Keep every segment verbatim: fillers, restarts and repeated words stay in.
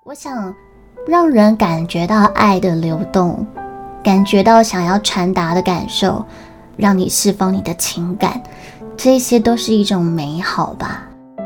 我想让人感觉到爱的流动，感觉到想要传达的感受，让你释放你的情感，这些都是一种美好吧。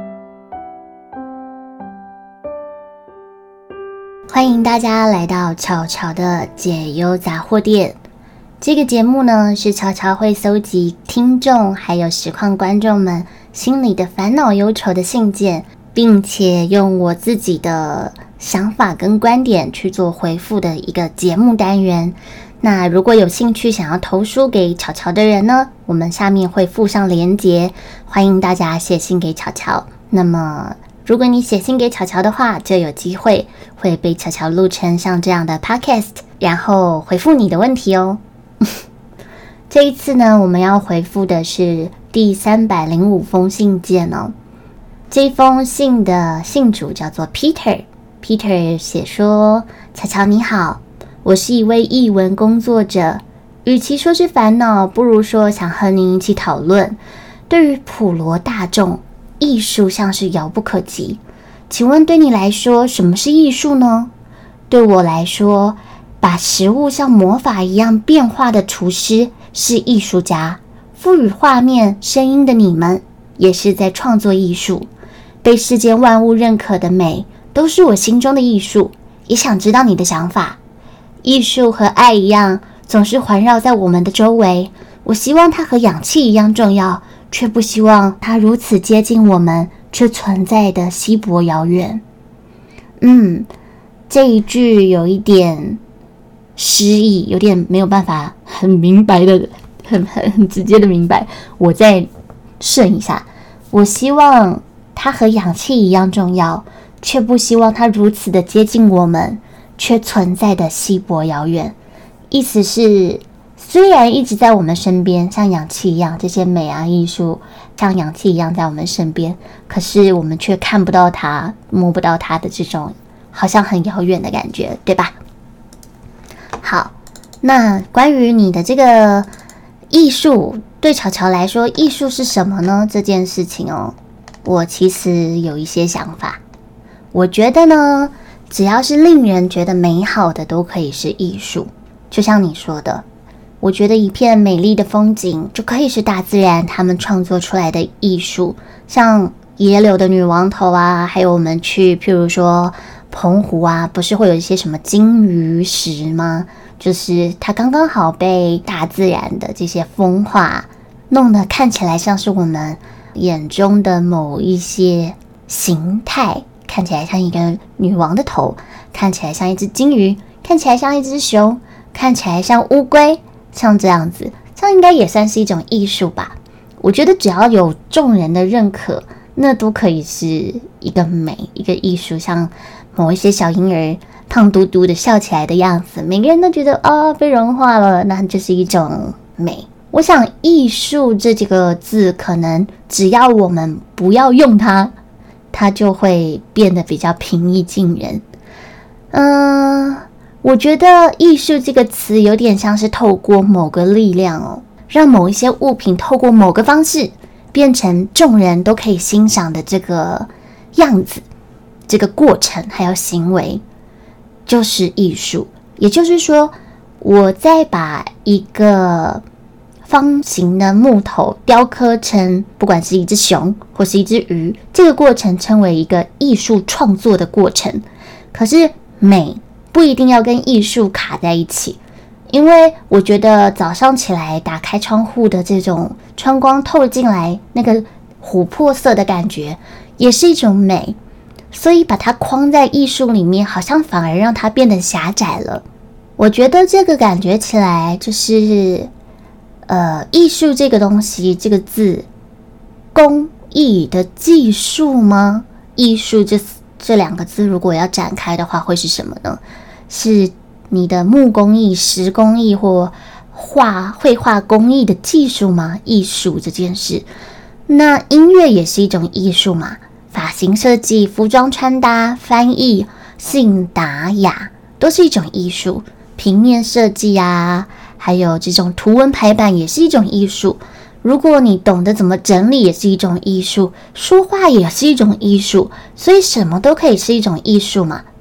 欢迎大家来到巧巧的解忧杂货店。这个节目呢，是巧巧会搜集听众还有实况观众们心里的烦恼忧愁的信件，并且用我自己的想法跟观点去做回复的一个节目单元。那如果有兴趣想要投书给巧巧的人呢，我们下面会附上连结，欢迎大家写信给巧巧。那么如果你写信给巧巧的话，就有机会会被巧巧录成像这样的 podcast， 然后回复你的问题哦。这一次呢，我们要回复的是第三百零五封信件哦。这封信的信主叫做 Peter， Peter 写说：巧巧你好，我是一位艺文工作者，与其说是烦恼，不如说想和您一起讨论。对于普罗大众，艺术像是遥不可及。请问对你来说，什么是艺术呢？对我来说，把食物像魔法一样变化的厨师是艺术家，赋予画面、声音的你们也是在创作艺术。被世间万物认可的美，都是我心中的艺术。也想知道你的想法。艺术和爱一样，总是环绕在我们的周围。我希望它和氧气一样重要，却不希望它如此接近我们，却存在的稀薄遥远。嗯，这一句有一点诗意，有点没有办法很明白的很很很直接的明白。我再顺一下，我希望它和氧气一样重要，却不希望它如此的接近我们，却存在的稀薄遥远。意思是，虽然一直在我们身边，像氧气一样，这些美啊艺术像氧气一样在我们身边，可是我们却看不到它，摸不到它的这种好像很遥远的感觉，对吧？好，那关于你的这个艺术，对巧巧来说，艺术是什么呢？这件事情哦，我其实有一些想法。我觉得呢，只要是令人觉得美好的，都可以是艺术。就像你说的，我觉得一片美丽的风景就可以是大自然他们创作出来的艺术，像野柳的女王头啊，还有我们去譬如说澎湖啊，不是会有一些什么金鱼石吗？就是它刚刚好被大自然的这些风化弄得看起来像是我们眼中的某一些形态，看起来像一个女王的头，看起来像一只金鱼，看起来像一只熊，看起来像乌龟，像这样子，这样应该也算是一种艺术吧。我觉得只要有众人的认可，那都可以是一个美，一个艺术。像某一些小婴儿胖嘟嘟的笑起来的样子，每个人都觉得啊、哦、被融化了，那就是一种美。我想艺术这几个字，可能只要我们不要用它，它就会变得比较平易近人。嗯，我觉得艺术这个词有点像是透过某个力量哦，让某一些物品透过某个方式变成众人都可以欣赏的这个样子，这个过程还有行为就是艺术。也就是说，我在把一个方形的木头雕刻成不管是一只熊或是一只鱼，这个过程称为一个艺术创作的过程。可是美不一定要跟艺术卡在一起，因为我觉得早上起来打开窗户的这种窗光透进来，那个琥珀色的感觉也是一种美，所以把它框在艺术里面，好像反而让它变得狭窄了。我觉得这个感觉起来就是呃，艺术这个东西，这个字，工艺的技术吗？艺术这这两个字如果要展开的话，会是什么呢？是你的木工艺、石工艺或画绘画工艺的技术吗？艺术这件事，那音乐也是一种艺术嘛？发型设计、服装穿搭、翻译、信达雅都是一种艺术。平面设计啊，还有这种图文排版也是一种艺术。如果你懂得怎么整理，也是一种艺术。说话也是一种艺术，所以什么都可以是一种艺术嘛。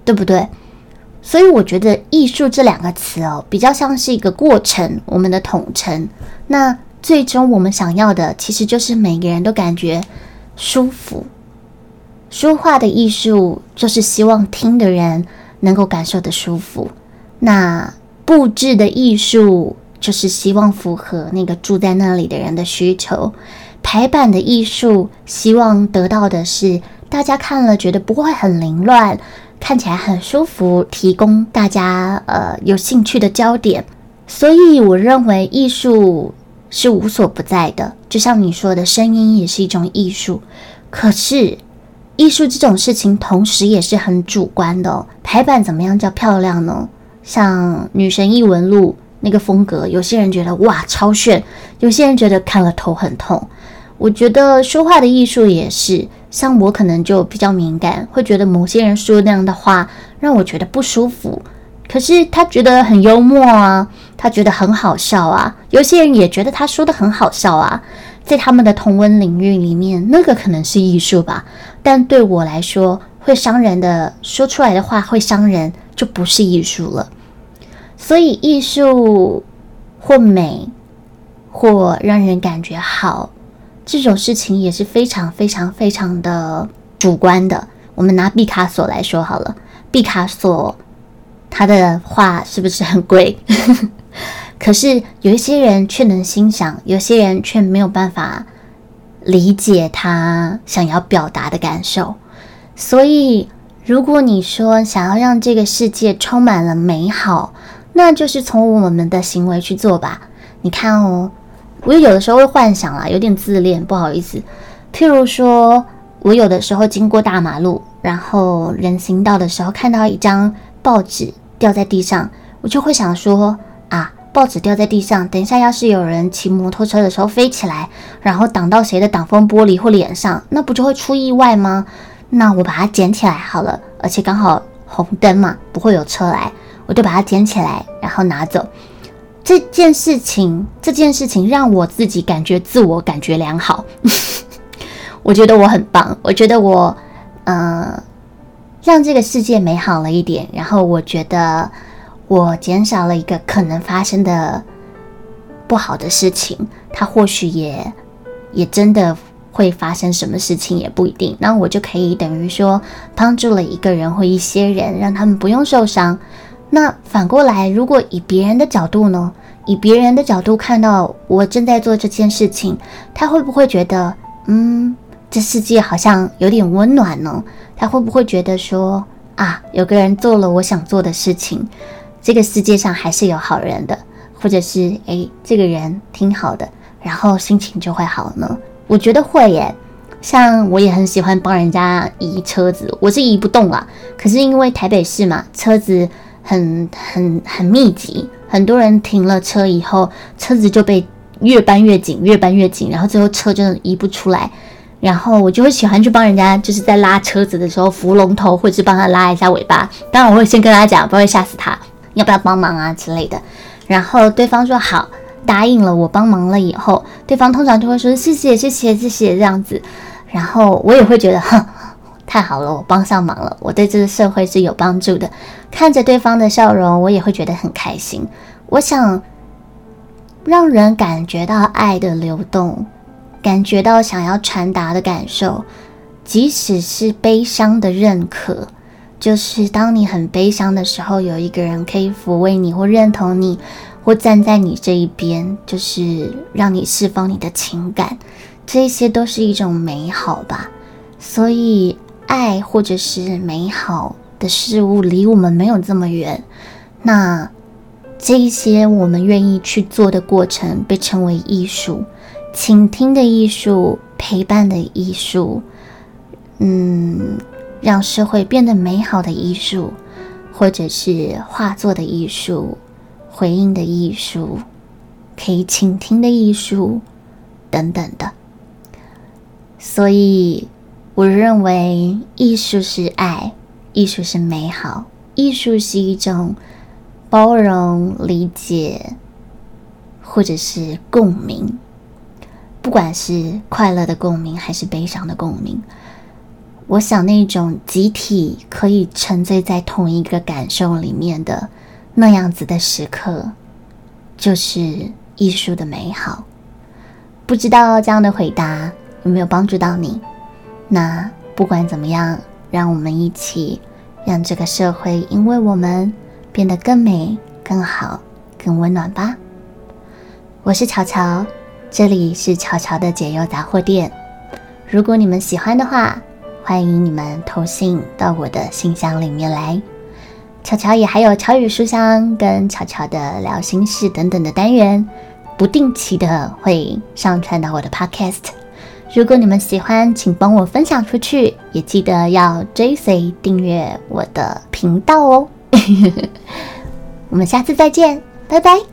对不对？所以我觉得艺术这两个词哦，比较像是一个过程，我们的统称。那最终我们想要的，其实就是每个人都感觉舒服。说话的艺术就是希望听的人能够感受的舒服。那布置的艺术就是希望符合那个住在那里的人的需求。排版的艺术希望得到的是大家看了觉得不会很凌乱，看起来很舒服，提供大家呃有兴趣的焦点。所以我认为艺术是无所不在的，就像你说的，声音也是一种艺术。可是艺术这种事情同时也是很主观的哦。排版怎么样叫漂亮呢？像女神异闻录那个风格，有些人觉得哇超炫，有些人觉得看了头很痛。我觉得说话的艺术也是，像我可能就比较敏感，会觉得某些人说那样的话让我觉得不舒服，可是他觉得很幽默啊，他觉得很好笑啊，有些人也觉得他说的很好笑啊，在他们的同温领域里面，那个可能是艺术吧。但对我来说，会伤人的，说出来的话会伤人，就不是艺术了。所以艺术或美或让人感觉好，这种事情也是非常非常非常的主观的。我们拿毕卡索来说好了，毕卡索他的画是不是很贵？可是有一些人却能欣赏，有些人却没有办法理解他想要表达的感受。所以如果你说想要让这个世界充满了美好，那就是从我们的行为去做吧。你看哦，我有的时候会幻想啦，有点自恋，不好意思。譬如说我有的时候经过大马路，然后人行道的时候看到一张报纸掉在地上，我就会想说啊，报纸掉在地上，等一下要是有人骑摩托车的时候飞起来，然后挡到谁的挡风玻璃或脸上，那不就会出意外吗？那我把它捡起来好了，而且刚好红灯嘛，不会有车来，我就把它捡起来，然后拿走。这件事情，这件事情让我自己感觉自我感觉良好。我觉得我很棒，我觉得我呃让这个世界美好了一点，然后我觉得我减少了一个可能发生的不好的事情，它或许也也真的会发生什么事情也不一定，那我就可以等于说帮助了一个人或一些人，让他们不用受伤。那反过来，如果以别人的角度呢，以别人的角度看到我正在做这件事情，他会不会觉得嗯这世界好像有点温暖呢？他会不会觉得说啊有个人做了我想做的事情，这个世界上还是有好人的，或者是诶这个人挺好的，然后心情就会好呢？我觉得会耶。像我也很喜欢帮人家移车子，我是移不动啦，可是因为台北市嘛，车子很很很密集，很多人停了车以后，车子就被越搬越紧，越搬越紧，然后最后车真的移不出来。然后我就会喜欢去帮人家，就是在拉车子的时候扶龙头，或者是帮他拉一下尾巴。当然我会先跟他讲，不会吓死他，要不要帮忙啊之类的。然后对方说好，答应了我帮忙了以后，对方通常就会说谢谢谢谢谢谢这样子。然后我也会觉得哼，太好了，我帮上忙了，我对这个社会是有帮助的。看着对方的笑容，我也会觉得很开心。我想让人感觉到爱的流动，感觉到想要传达的感受，即使是悲伤的认可，就是当你很悲伤的时候，有一个人可以抚慰你或认同你或站在你这一边，就是让你释放你的情感，这些都是一种美好吧。所以爱或者是美好的事物离我们没有这么远，那这一些我们愿意去做的过程被称为艺术，倾听的艺术，陪伴的艺术，嗯，让社会变得美好的艺术，或者是画作的艺术，回应的艺术，可以倾听的艺术等等的。所以我认为艺术是爱，艺术是美好，艺术是一种包容、理解或者是共鸣，不管是快乐的共鸣还是悲伤的共鸣。 我想那种集体可以沉醉在同一个感受里面的那样子的时刻，就是艺术的美好。不知道这样的回答有没有帮助到你？那不管怎么样，让我们一起让这个社会因为我们变得更美、更好、更温暖吧。我是乔乔，这里是乔乔的解忧杂货店。如果你们喜欢的话，欢迎你们投信到我的信箱里面来。乔乔也还有乔语书香跟乔乔的聊心事等等的单元，不定期的会上传到我的 podcast。 如果你们喜欢，请帮我分享出去，也记得要追随订阅我的频道哦。我们下次再见，拜拜。